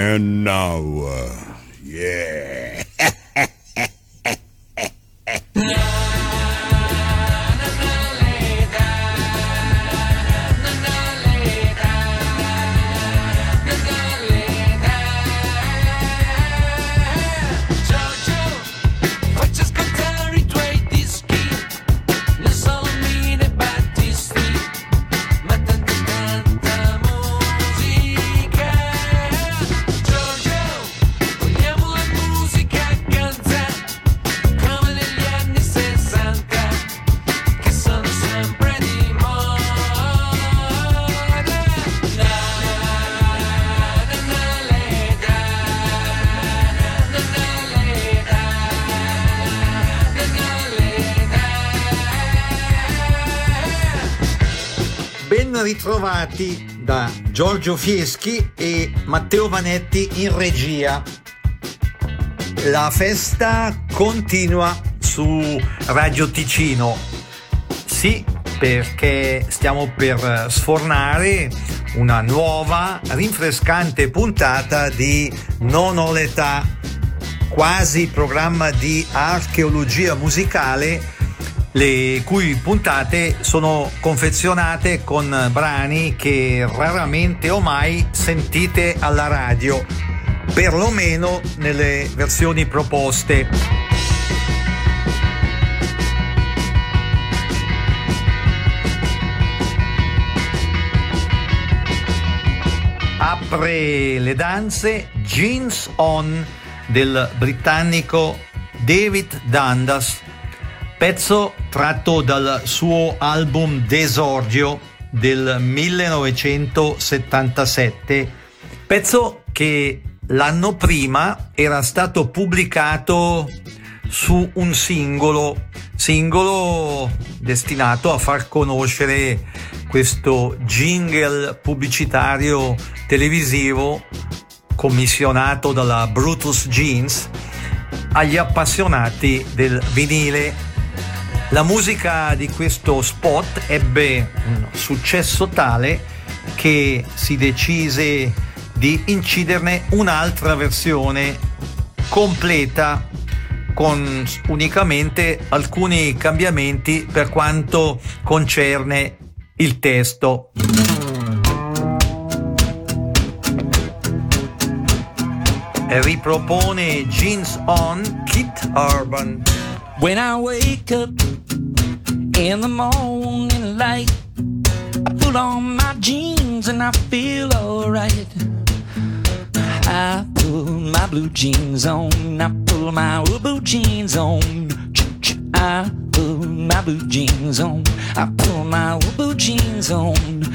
And now, yeah. Ritrovati da Giorgio Fieschi e Matteo Vanetti in regia. La festa continua su Radio Ticino. Sì, perché stiamo per sfornare una nuova, rinfrescante puntata di Non ho l'età, quasi programma di archeologia musicale, le cui puntate sono confezionate con brani che raramente o mai sentite alla radio, perlomeno nelle versioni proposte. Apre le danze Jeans On del britannico David Dundas, pezzo tratto dal suo album d'esordio del 1977, pezzo che l'anno prima era stato pubblicato su un singolo destinato a far conoscere questo jingle pubblicitario televisivo commissionato dalla Brutus Jeans agli appassionati del vinile. La musica di questo spot ebbe un successo tale che si decise di inciderne un'altra versione completa con unicamente alcuni cambiamenti per quanto concerne il testo. Ripropone Jeans On Keith Urban. When I wake up in the morning light, I put on my jeans and I feel alright. I pull my blue jeans on, I pull my blue jeans on. I pull my blue jeans on, I pull my blue jeans on.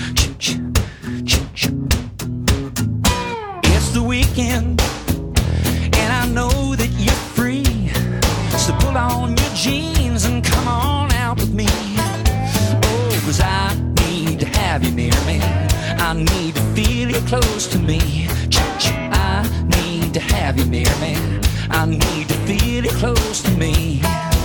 It's the weekend and I know that you're free, so pull on your jeans and come on out with me. Oh, 'cause I need to have you near me, I need to feel you close to me. I need to have you near me, I need to feel you close to me.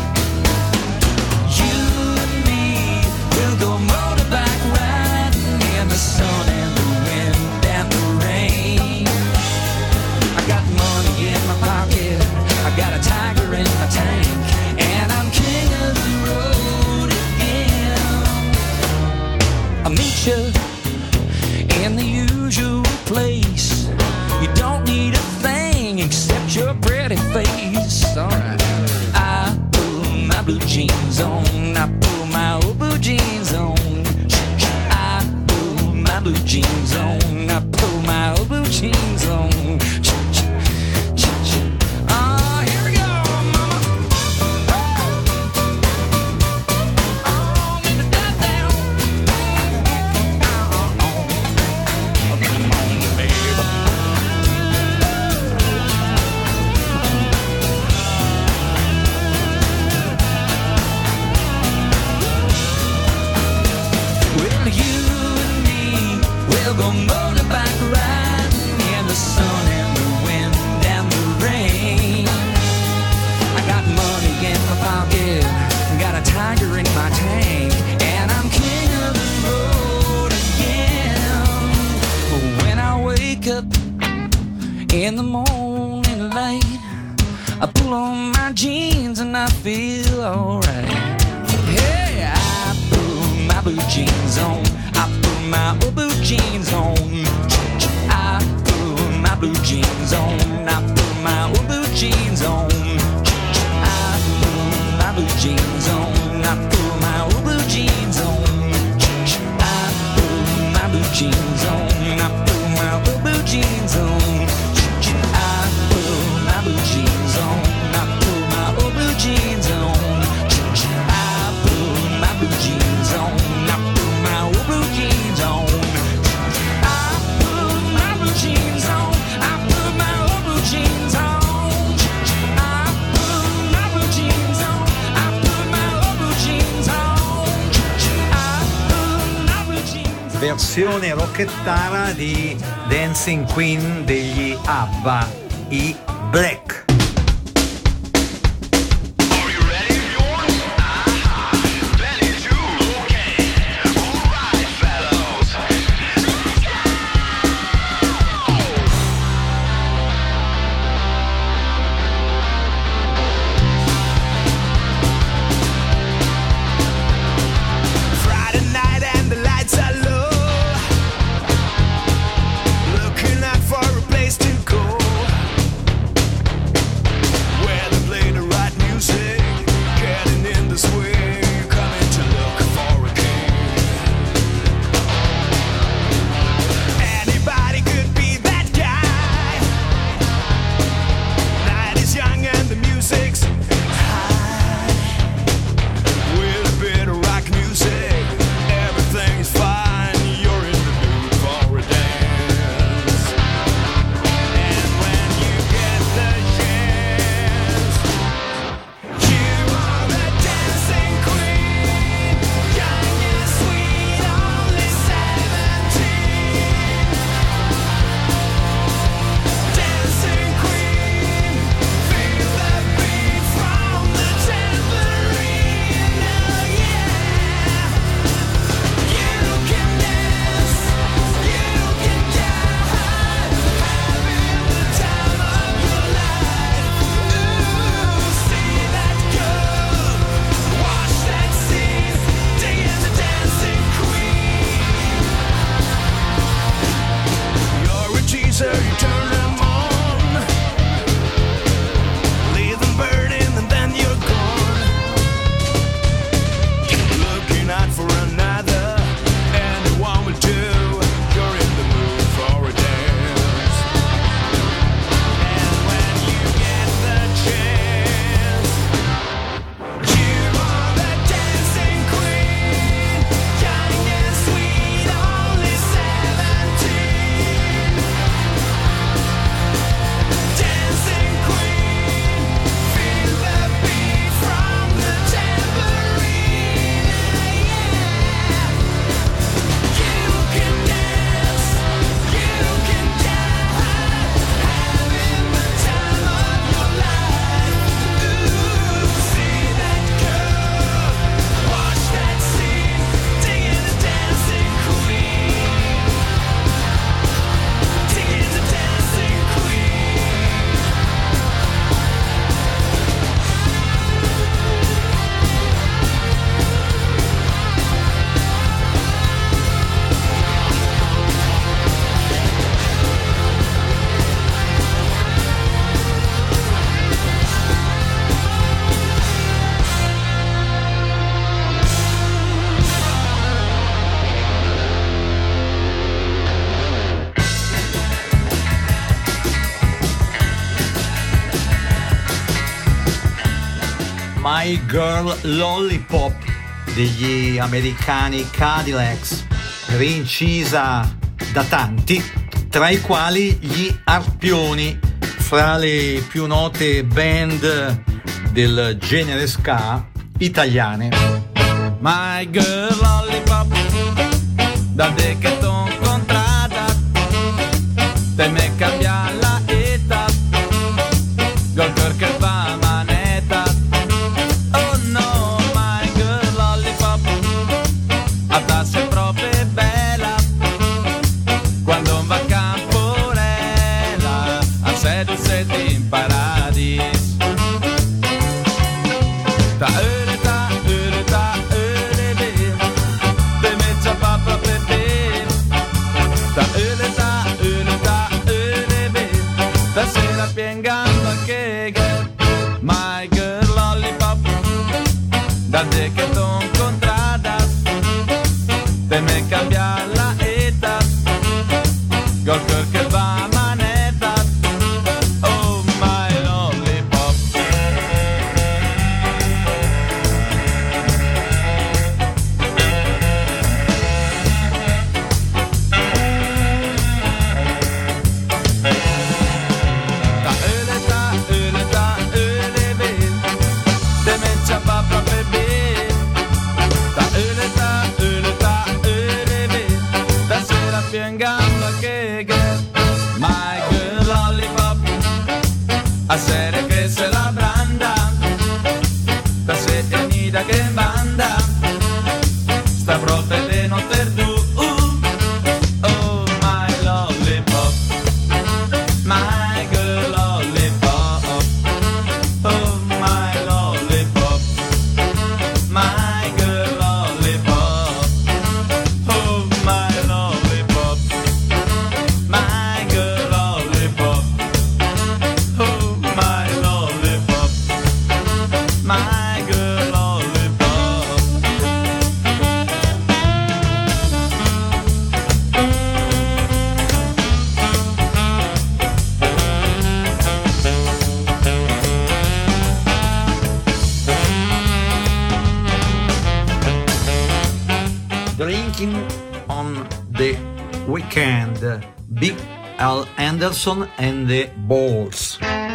You and me will go motorbike riding in the sun and the wind and the rain. I got money in my pocket, I got a tiger in my tank, and I'm king of the road again. I'll meet you in the usual place. You don't need a thing except your pretty face. Alright. I pull my blue jeans on, I pull my old blue jeans on. I pull my blue jeans on, I pull my old blue jeans on. Go motorbike riding in the sun and the wind and the rain. I got money in my pocket, got a tiger in my tank, and I'm king of the road again. When I wake up In the morning light, I pull on my jeans and I feel alright. Hey, I put my blue jeans on. I put my blue jeans on. I put my blue jeans on. I put my blue jeans on. I put my blue jeans on. I put my blue jeans on. I put my blue jeans on. I put my blue jeans on. I put my blue jeans on. I put my blue jeans on. I put my blue jeans on. I put my blue jeans on. I put my blue jeans on. I put my blue jeans on. I put my blue jeans on. I put my blue jeans on. I put my blue jeans on. Versione rockettara di Dancing Queen degli ABBA, i Black. Friday night and the lights are low. Looking out for a place to go. My Girl Lollipop degli americani Cadillacs, rincisa da tanti, tra i quali gli Arpioni, fra le più note band del genere ska italiane. My girl lollipop, desde que te encontrada, te me cambia la etapa, col cor che va maneta. Oh no, my girl lollipop, a sei proprio bella, quando va a Camporella, My girl lollipop, desde que te encontradas, te me cambia la edad, col cor que va a manetas. Oh my lollipop. My girl lollipop, hacer que se la branda, da se unida que banda, sta proprio de no perdu. Oh my lollipop, my girl lollipop. Oh my lollipop, my girl lollipop. Oh my lollipop, my girl lollipop. Oh my lollipop, my girl lollipop. Drinking on the Weekend, Big Al Anderson and the Balls.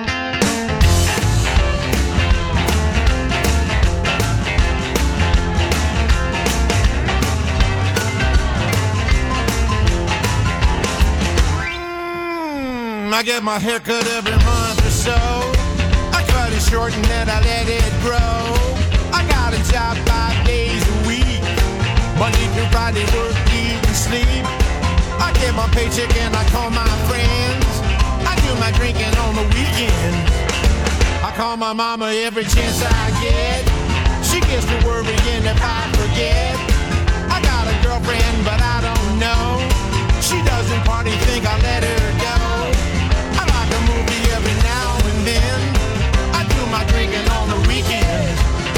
I get my hair cut every month or so. I cut it short and then I let it grow. I got a job 5 days a week, Monday through Friday, work, eat, and sleep. I get my paycheck and I call my friends. I do my drinking on the weekends. I call my mama every chance I get. She gets to worrying if I forget. I got a girlfriend, but I don't know. She doesn't party, think I let her go. I like a movie every now and then. I do my drinking on the weekends.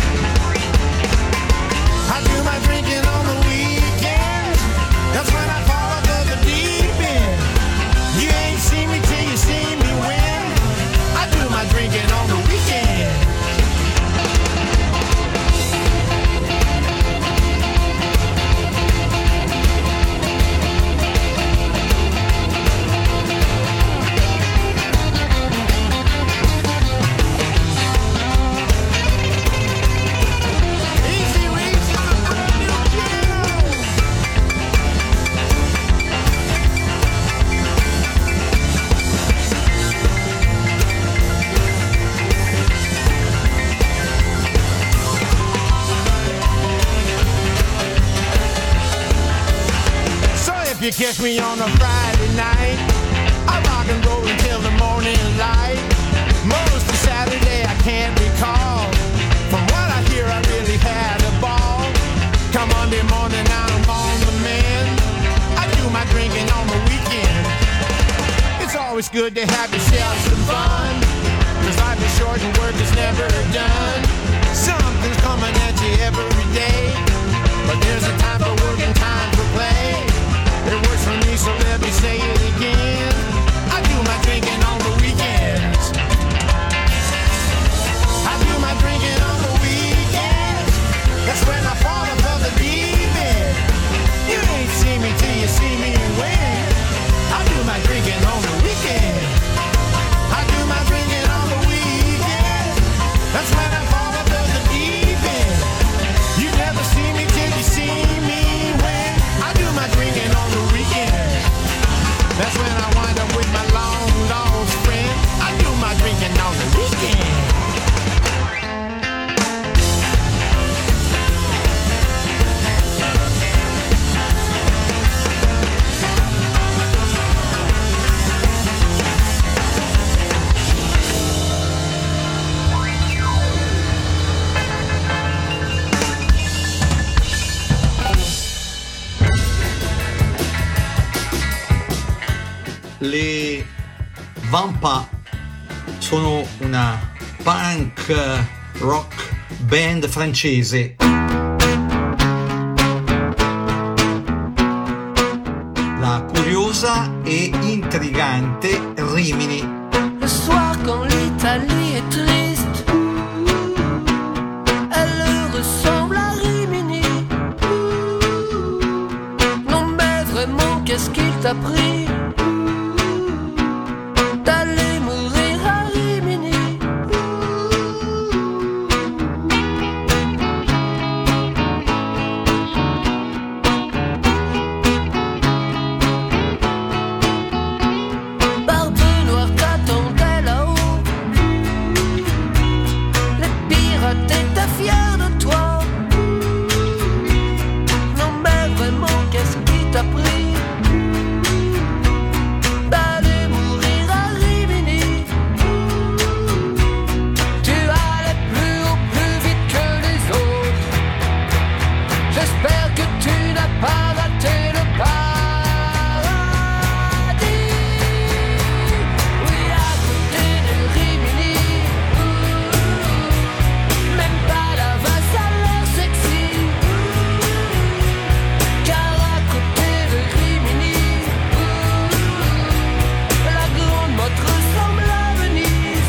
I do my drinking on the weekends. That's when I fall under the deep end. You ain't seen me till you see me win. I do my drinking on the weekends. You catch me on a Friday night, I rock and roll until the morning light. Most of Saturday I can't recall. From what I hear I really had a ball. Come Monday morning I'm on the mend. I do my drinking on the weekend. It's always good to have yourself some fun, 'cause life is short and work is never done. Something's coming at you every day, but there's a time for work and time for play. It works for me, so let me say it again. I do my drinking on the weekends. I do my drinking on the weekends. That's when I fall above the deep end. You ain't see me till you see me win. I do my drinking on the weekend. I do my drinking on the weekend. That's when I fall above the deep end. You never see me till you see me win. I do my drinking on the weekend. That's when I wind up with my long lost friend. I do my drinking on the weekend. Le Vampa sono una punk rock band francese. La curiosa e intrigante Rimini. Le soir quand l'Italie est triste, elle ressemble à Rimini. Non mais vraiment qu'est-ce qu'il t'a pris d'aller mourir à Rimini? Barbe noire t'attendait là-haut, les pirates étaient fiers de toi. Non mais vraiment qu'est-ce qui t'a pris d'aller mourir à Rimini? Tu allais plus haut, plus vite que les autres. J'espère que tu n'as pas raté le paradis. Oui, à côté de Rimini, même pas la vase a l'air sexy. Car à côté de Rimini, la grande motte ressemble à Venise.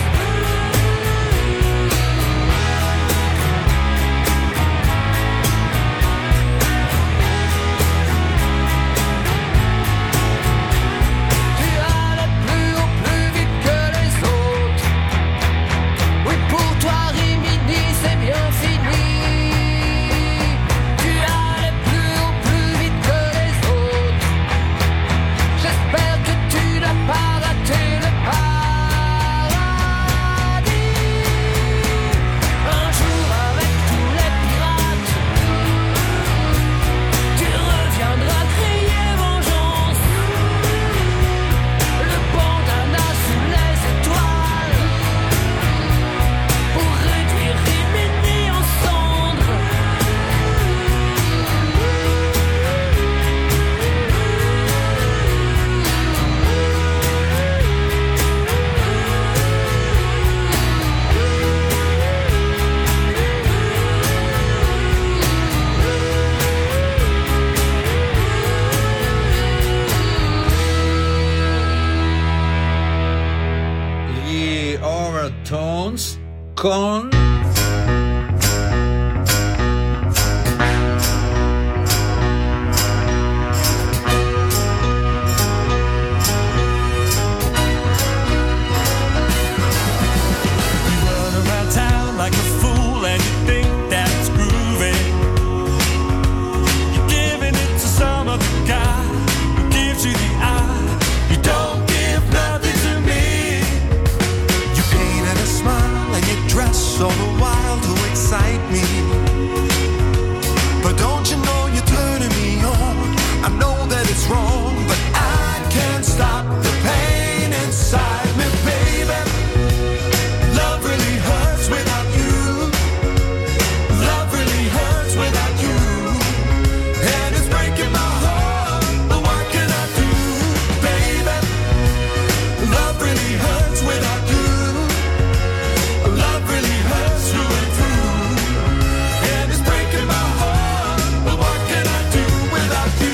Tu allais plus haut, plus vite que les autres. Oui, pour toi, Rimini, c'est bien fini. Tu allais plus haut, plus vite que les autres. J'espère que tu n'as pas raté le paradis. Un jour, avec tous les pirates, tu reviendras crier vengeance. Le bandana sous les étoiles pour réduire Rimini en cendres. Gli Overtones con Run around town like a fool and you think that's groovy. You're giving it to some other guy who gives you the eye. You don't give nothing to me. You painted a smile and you dress all the while to excite me. But don't you know you're turning me on? I know that it's wrong, but I can't stop the pain inside me, baby. Love really hurts without you. Love really hurts without you. And it's breaking my heart, but what can I do, baby? Love really hurts without you. Love really hurts through and through. And it's breaking my heart, but what can I do without you?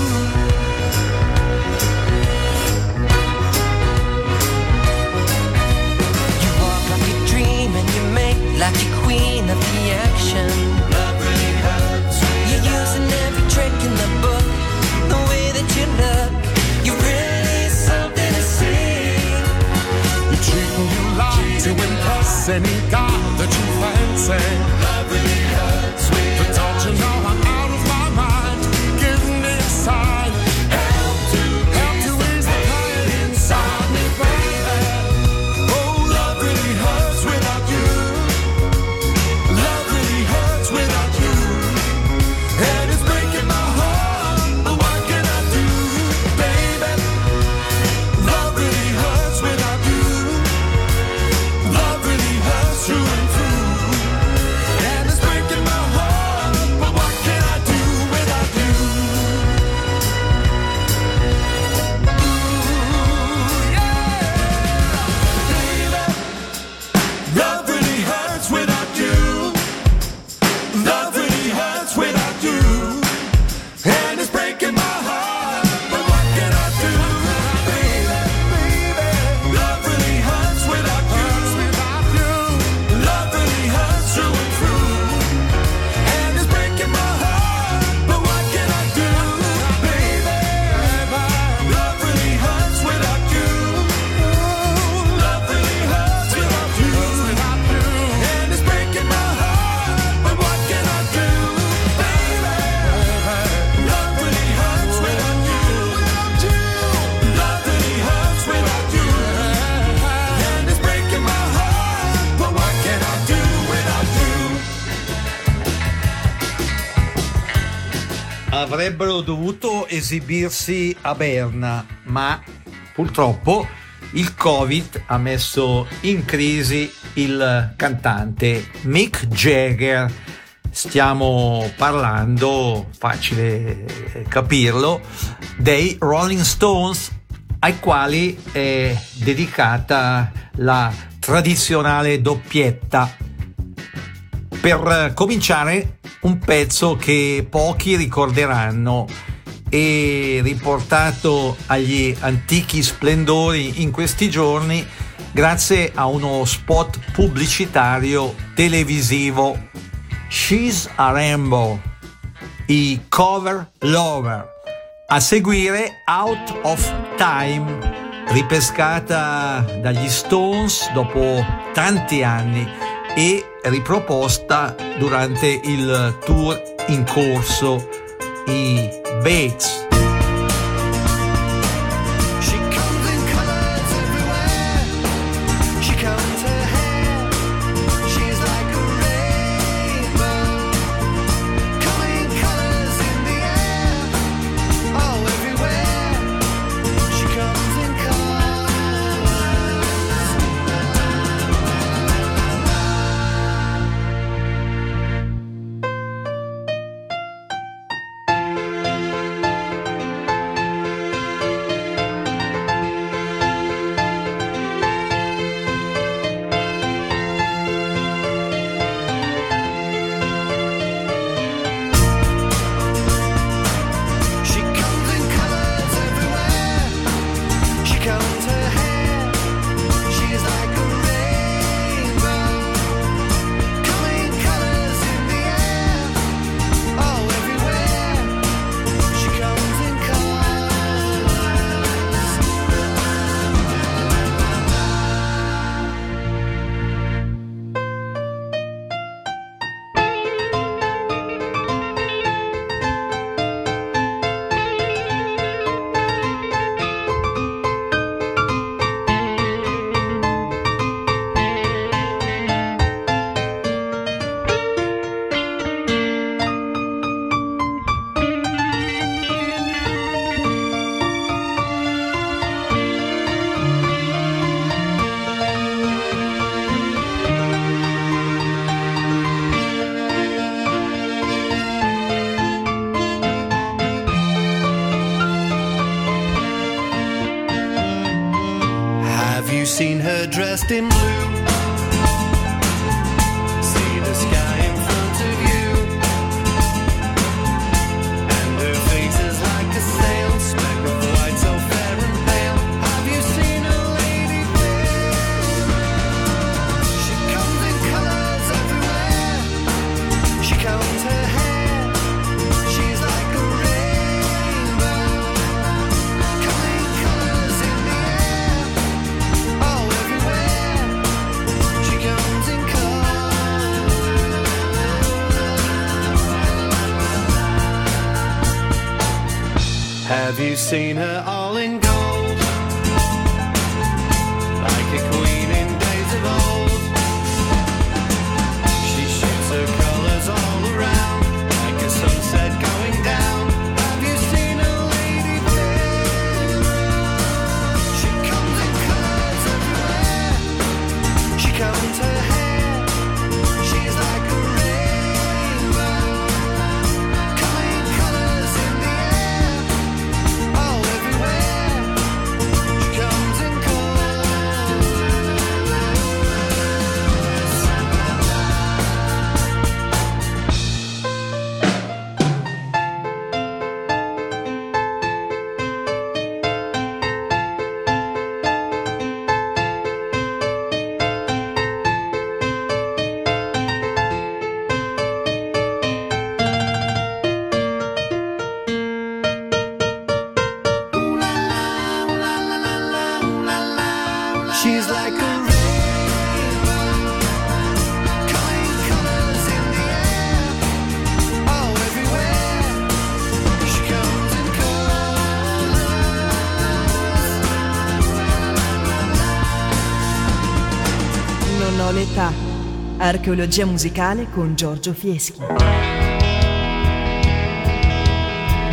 You walk like a dream and you make like a queen of the action. Love really hurts. You're using every trick in the book, the way that you look. You really something to see. You cheat and you lie to impress any guy that you fancy. Love really hurts me. But don't you know I'm out of my mind? Give me a sign. Help to ease the pain inside me, baby. Oh, love really hurts without you. Love really hurts without you. And it's breaking my heart, but what can I do, baby? Love really hurts without you. Love really hurts through and through. avrebbero dovuto esibirsi a Berna, ma purtroppo il Covid ha messo in crisi il cantante Mick Jagger. Stiamo parlando, facile capirlo, dei Rolling Stones, ai quali è dedicata la tradizionale doppietta. Per cominciare, un pezzo che pochi ricorderanno e riportato agli antichi splendori in questi giorni grazie a uno spot pubblicitario televisivo. She's a Rainbow, i Cover Lover. A seguire Out of Time, ripescata dagli Stones dopo tanti anni e riproposta durante il tour in corso, i Bates. Seen her dressed in blue. See the sky in front of you, and her face is like a sail, speck of white so fair and pale. Have you seen a lady fair? She comes in colours everywhere. She combs her hair. She's like a rainbow, coming colours in the air. Oh, everywhere she comes in colours. Have you seen her all in gold, like a queen in days of old? She shoots her colours all around, like a sunset going down. Have you seen a lady fair? She comes in colours everywhere. She combs her hair. She's like a rainbow, coming colours in the air. Oh, everywhere she comes in colours. She's like a rainbow, coming colours in the air. Oh, everywhere she comes in colours. Non ho l'età. Archeologia musicale con Giorgio Fieschi.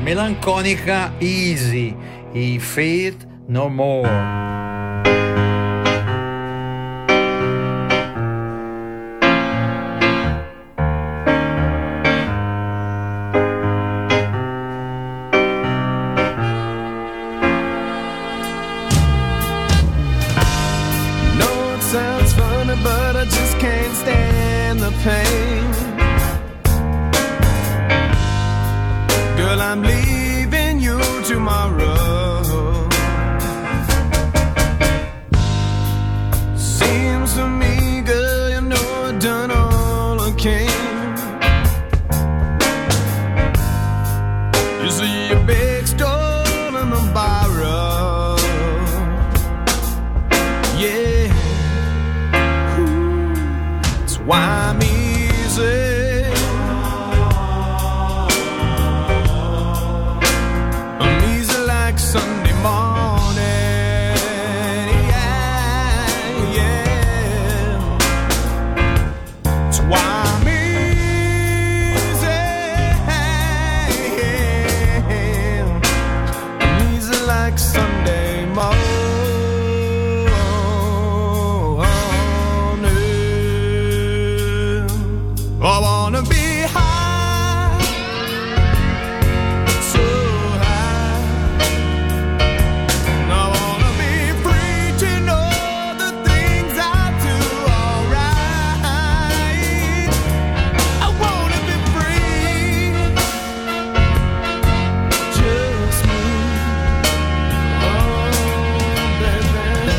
melanconica Easy, i Faith No More. Sounds funny, but I just can't stand the pain. Girl, I'm leaving you tomorrow. Seems to me, girl, you know I've done all I can. You see a big stone in the barrow. Yeah. Why I'm easy. I'm easy like Sunday morning. Yeah, yeah. That's why I'm easy. I'm easy like Sunday morning. I wanna be high, so high. I wanna be free to know the things I do alright. I wanna be free, just me. Oh, baby.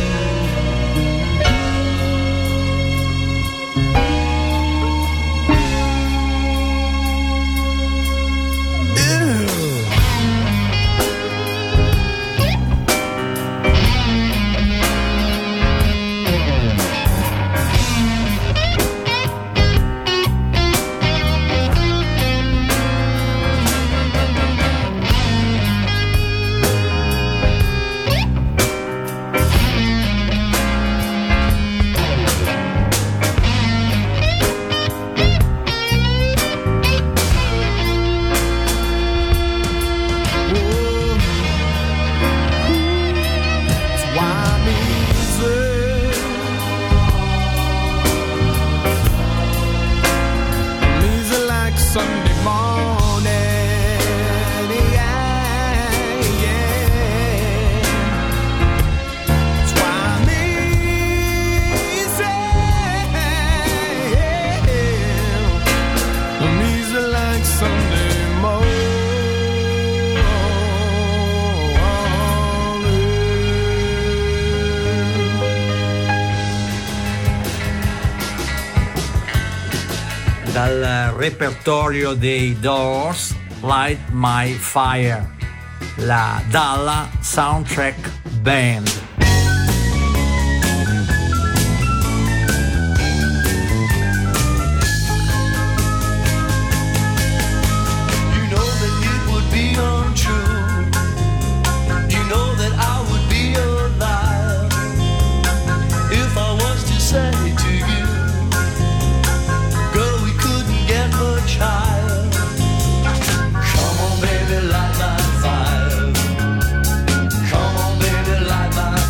Sunday morning, yeah, yeah. That's why I'm easy. I'm easy like Sunday morning. Dal repertorio dei Doors, Light My Fire, la Dalla Soundtrack Band. You know that it would be untrue. You know that I would be a liar if I was to say to you, girl, we couldn't get much higher. Come on, baby, light my fire. Come on, baby, light my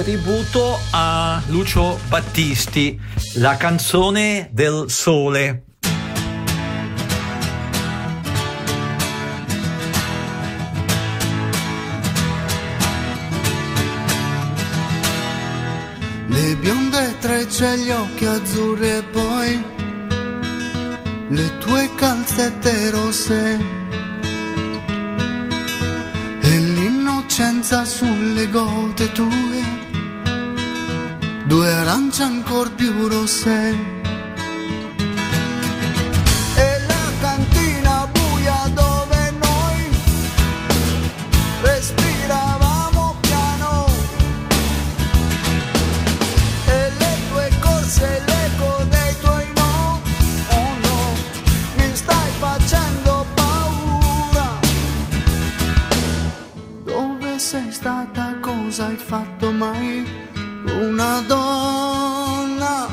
tributo a Lucio Battisti, La canzone del sole. Le bionde trecce, gli occhi azzurri e poi le tue calzette rosse e l'innocenza sulle gote tue, due arance ancor più rosse. E la cantina buia dove noi respiravamo piano, e le tue corse, l'eco dei tuoi no. Oh no, mi stai facendo paura. Dove sei stata? Cosa hai fatto mai? Una donna,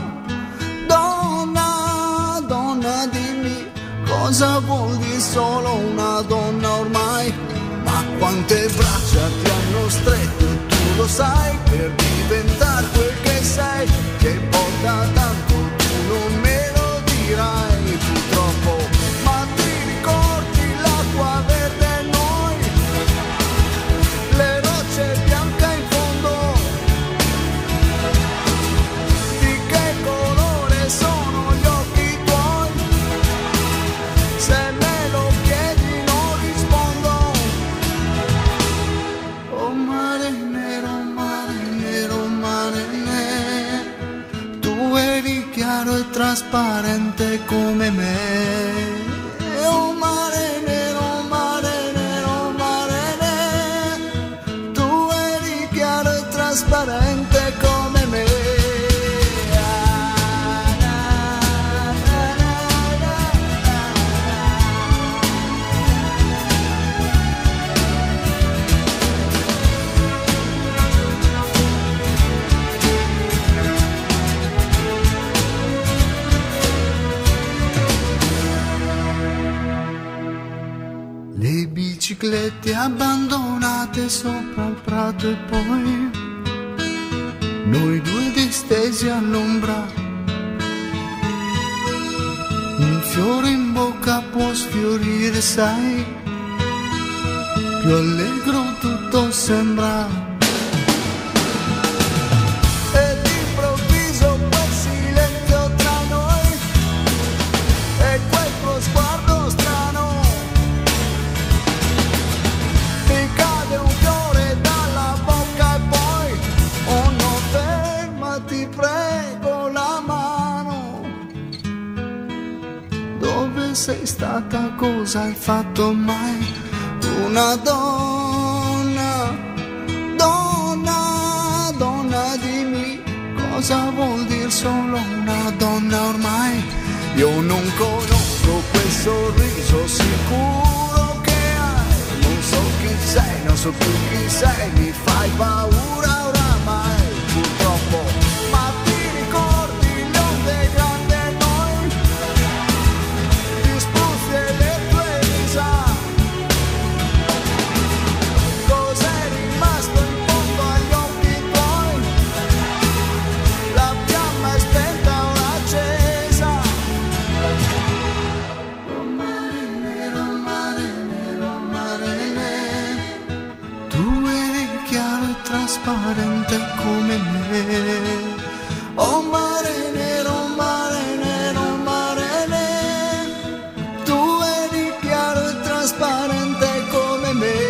donna, donna, dimmi cosa vuol dire solo una donna ormai? Ma quante braccia ti hanno stretto e tu lo sai, per diventare quel che sei, che porta tanto tu non me lo dirai purtroppo. Ma ti ricordi l'acqua verde e noi, le rocce bianche in fondo? Di che colore sono gli occhi tuoi? Se me lo chiedi non rispondo. Oh mare nero, mare nero, mare nero, tu eri chiaro e trasparente come me. Oh mare nero, mare nero, mare nero, tu eri chiaro e trasparente come me. Le biciclette abbandonate sopra il prato e poi noi due distesi all'ombra. Un fiore in bocca può sfiorire, sai, più allegro tutto sembra. E d'improvviso quel silenzio tra noi e quel tuo sguardo strano. Mi cade un fiore dalla bocca e poi, oh no, fermati prego la mano. Dove sei stata? Cosa hai fatto mai? Una donna, donna, donna, dimmi cosa vuol dire solo una donna ormai? Io non conosco quel sorriso sicuro che hai, non so chi sei, non so più chi sei, mi fai paura oramai, purtroppo. Ma ti ricordi le onde grandi e noi, gli spuzzi e le tue risa? Cos'è rimasto in fondo agli occhi tuoi? La fiamma è spenta ora accesa. Oh mare nero, mare nero, mare nero, tu eri chiaro e trasparente come me. Oh mare nero, mare nero, mare nero, tu eri chiaro e trasparente come me.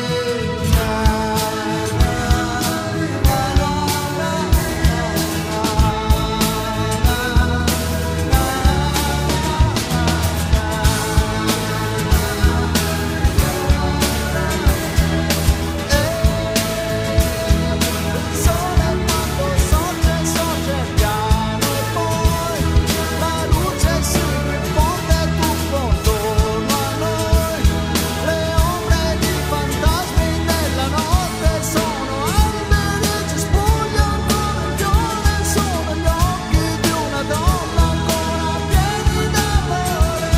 Sole quando sorge, sorge piano e poi la luce si diffonde tutto attorno a noi. Le ombre di fantasmi della notte sono alberi e ci spugliano come un fiore. Sono gli occhi di una donna ancora pieni d'amore.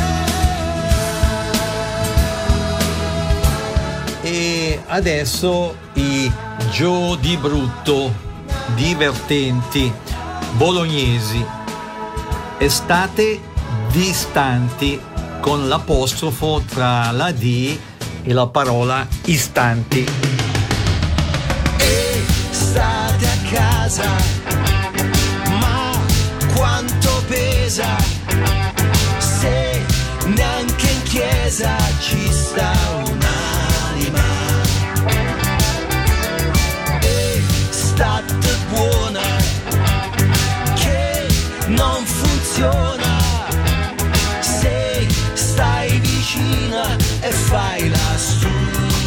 E adesso i Joe Di Brutto. divertenti, bolognesi. Estate distanti con l'apostrofo tra la D e la parola istanti. State a casa, ma quanto pesa se neanche in chiesa ci sta un'anima. E state buona che non funziona se stai vicina e fai la stupida.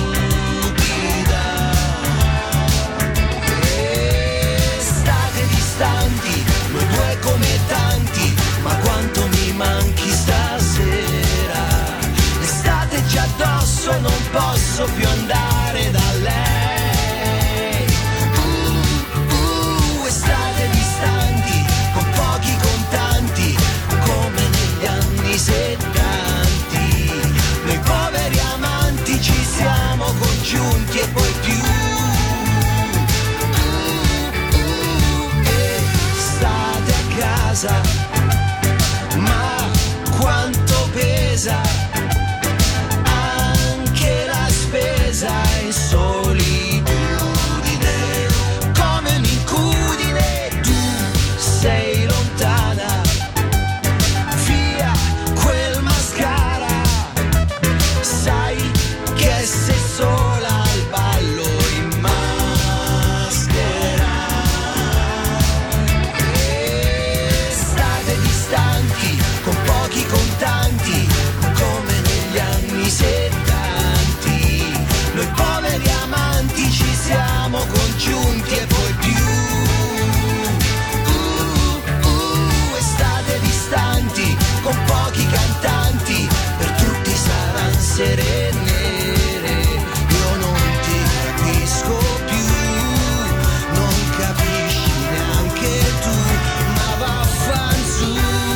Noi due come tanti, ma quanto mi manchi stasera. L'estate già addosso, non posso più andare da lei. Estate distanti, con pochi contanti, come negli anni '70. Noi poveri amanti ci siamo congiunti e poi più. Ma quanto pesa anche la spesa in solitudine, come un'incudine tu sei lontana, via quel mascara, sai che sei sola al ballo in maschera. Con pochi contanti, come negli anni '70. Noi poveri amanti ci siamo congiunti e poi più. Estate distanti, con pochi cantanti, per tutti saranno sere nere. Io non ti capisco più, non capisci neanche tu, ma vaffanzu.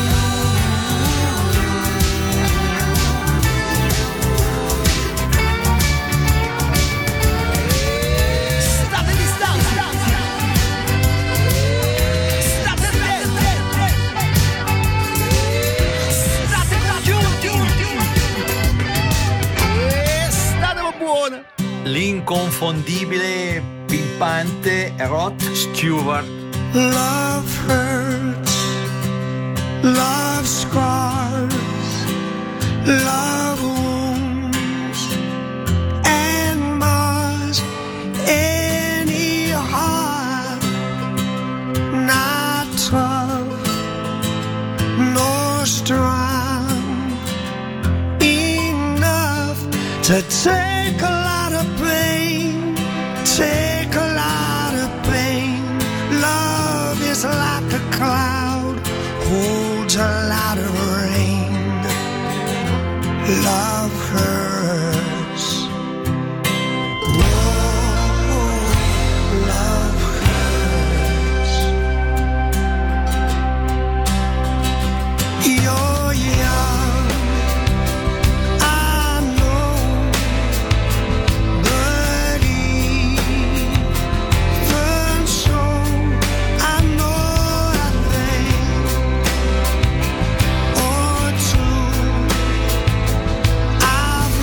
L'inconfondibile, pimpante Rod Stewart. Love hurts, love scars, love wounds, and mars any heart not tough nor strong enough to take a lot of pain, take a lot of pain. Love is like a cloud, holds a lot of rain. Love hurts. Whoa, love hurts. You're young, I know, but even so, I know a thing or two. I've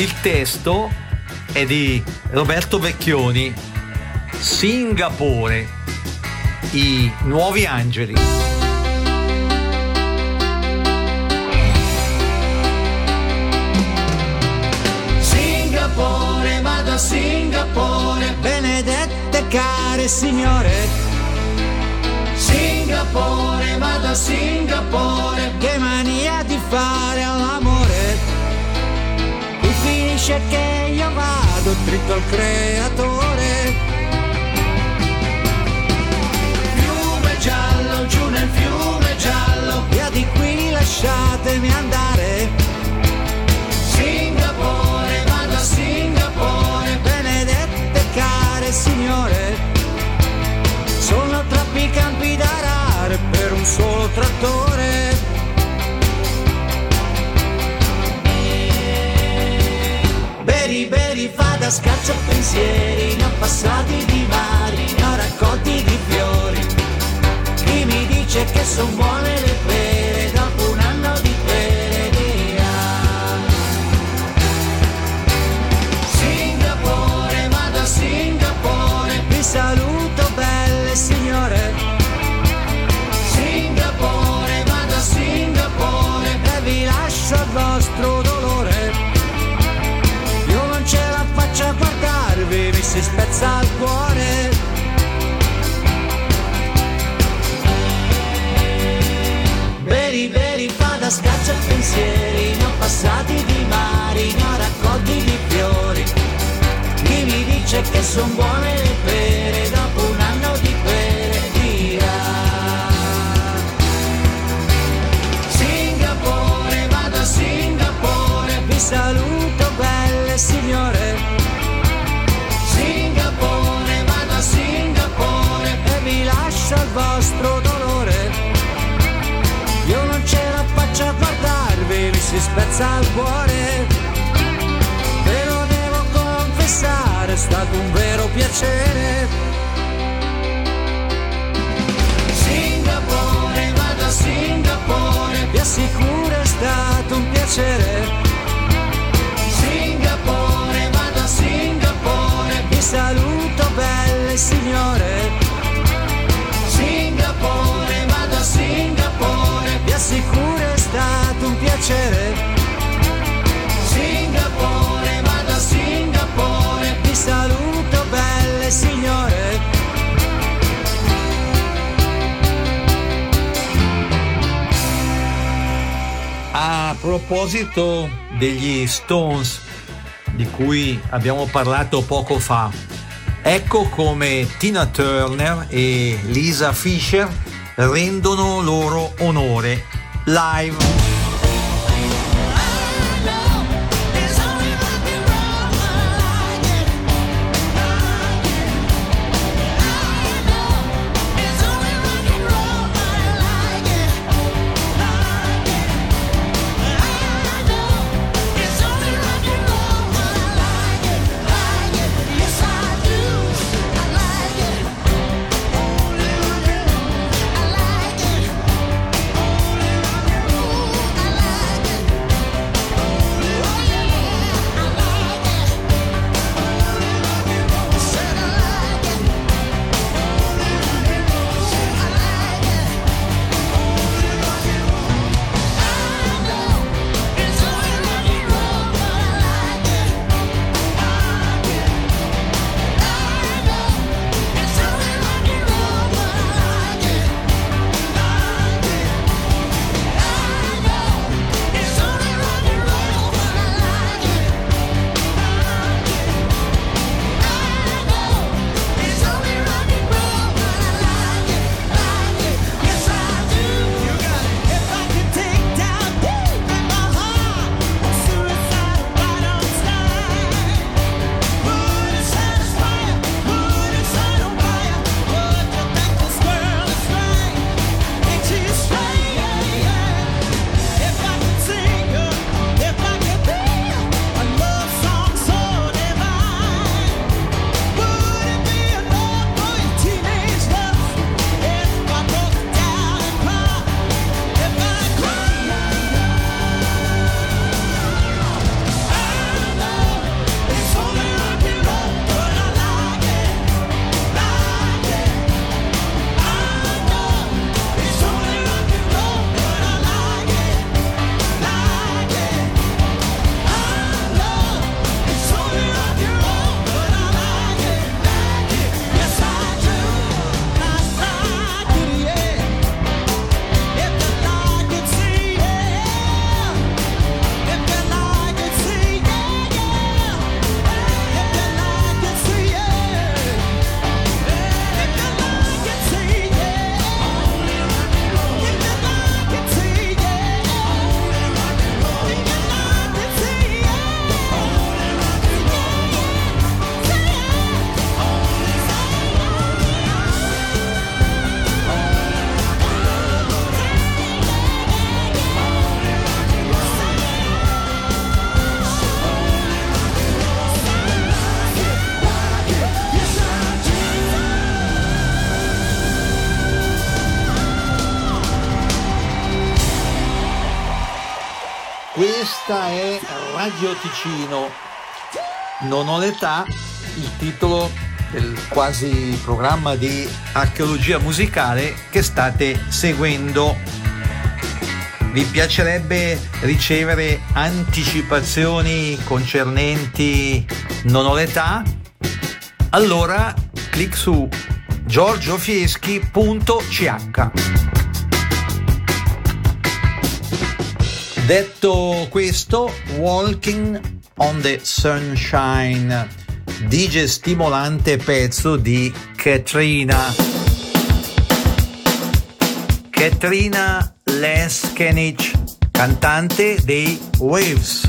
Il testo è di Roberto Vecchioni, Singapore, i nuovi angeli. Singapore, vado a Singapore, benedette care signore. Singapore, vado a Singapore, che mania di fare all'amore. Qui finisce che io vado dritto al creatore. Fiume giallo, giù nel fiume giallo, via di qui lasciatemi andare. Singapore, vado a Singapore, benedette care signore. Sono troppi campi da arare per un solo trattore. Beri, beri, vada, scaccia pensieri, ne ho passati di mari, ne ho raccolti di fiori. Chi mi dice che son buone le pere dopo un anno di pereria? Singapore, vado a Singapore, vi saluto belle signore. Singapore, vado a Singapore, e vi lascio al vostro dolore. Io non ce la faccio a guardarvi, mi si spezza il cuore. Beri, beri, vada, scaccia pensieri, ne ho passati di mari, ne ho raccolti di fiori. Chi mi dice che son buone le pere dopo un anno di pereria? Singapore, vado a Singapore, vi saluto belle signore. Singapore, vado a Singapore, e vi lascio al vostro dolore. Io non ce la faccio a guardarvi, mi si spezza il cuore. Ve lo devo confessare, è stato un vero piacere. Singapore, vado a Singapore, vi assicuro è stato un piacere. Singapore, vado a Singapore, vi saluto belle signore. Singapore, vado a Singapore, vi assicuro è stato un piacere. Singapore, vado a Singapore, vi saluto belle signore. A proposito degli Stones, di cui abbiamo parlato poco fa, ecco come Tina Turner e Lisa Fischer rendono loro onore live. I like it. Questa è Radio Ticino. Non ho l'età, il titolo del quasi programma di archeologia musicale che state seguendo. Vi piacerebbe ricevere anticipazioni concernenti Non ho l'età? Allora clic su giorgiofieschi.ch. Detto questo, Walking on the Sunshine, digestimolante pezzo di Katrina Leskenich, cantante dei Waves.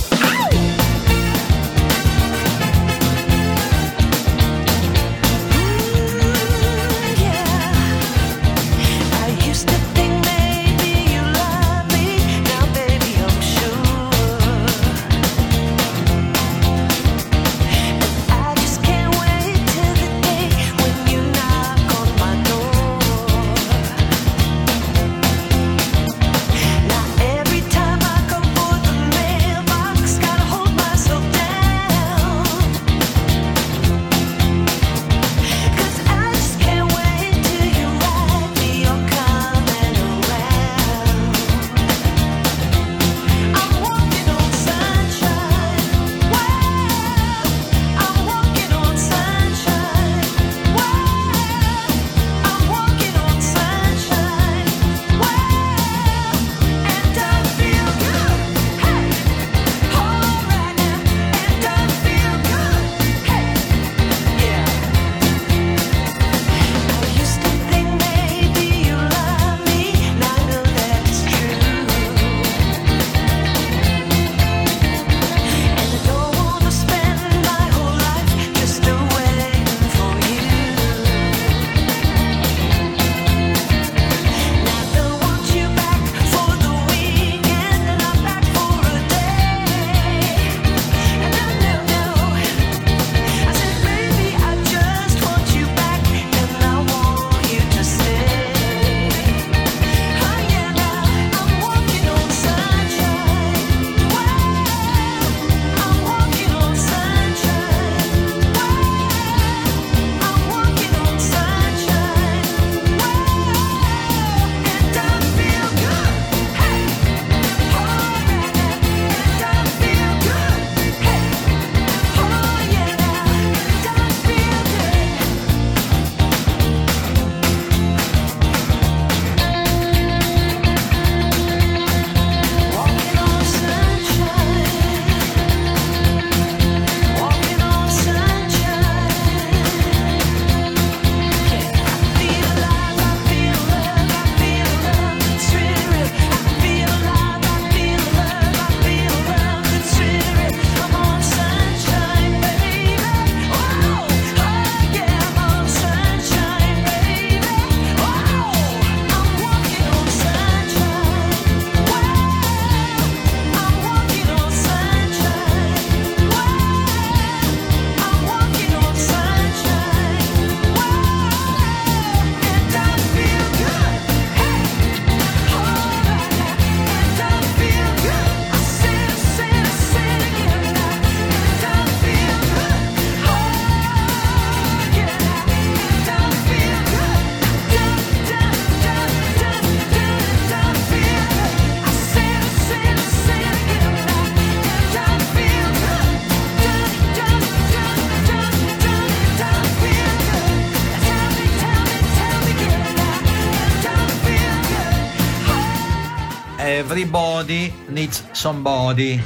Everybody Needs Somebody,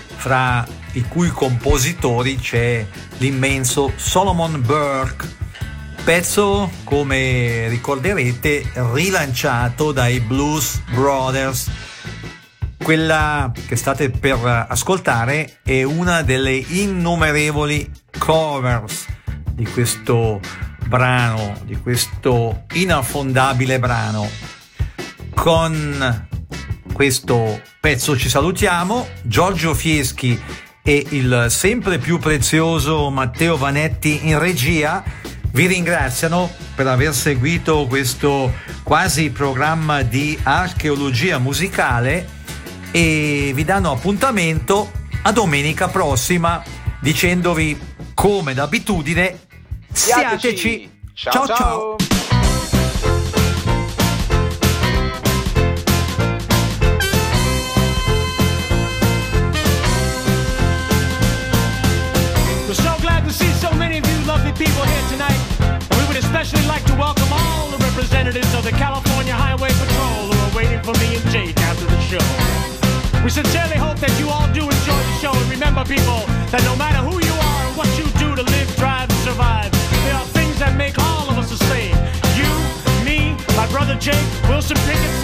fra i cui compositori c'è l'immenso Solomon Burke, pezzo, come ricorderete, rilanciato dai Blues Brothers. Quella che state per ascoltare è una delle innumerevoli covers di questo brano, di questo inaffondabile brano. Con questo pezzo ci salutiamo. Giorgio Fieschi e il sempre più prezioso Matteo Vanetti in regia vi ringraziano per aver seguito questo quasi programma di archeologia musicale e vi danno appuntamento a domenica prossima dicendovi come d'abitudine siateci. Ciao ciao. We're so glad to see so many of you lovely people here tonight. We would especially like to welcome all the representatives of the California Highway Patrol who are waiting for me and Jake after the show. We sincerely hope that you all do enjoy the show. And remember, people, that no matter who you are and what you do to live, drive, and survive, there are things that make all of us the same. You, me, my brother Jake, Wilson Pickett,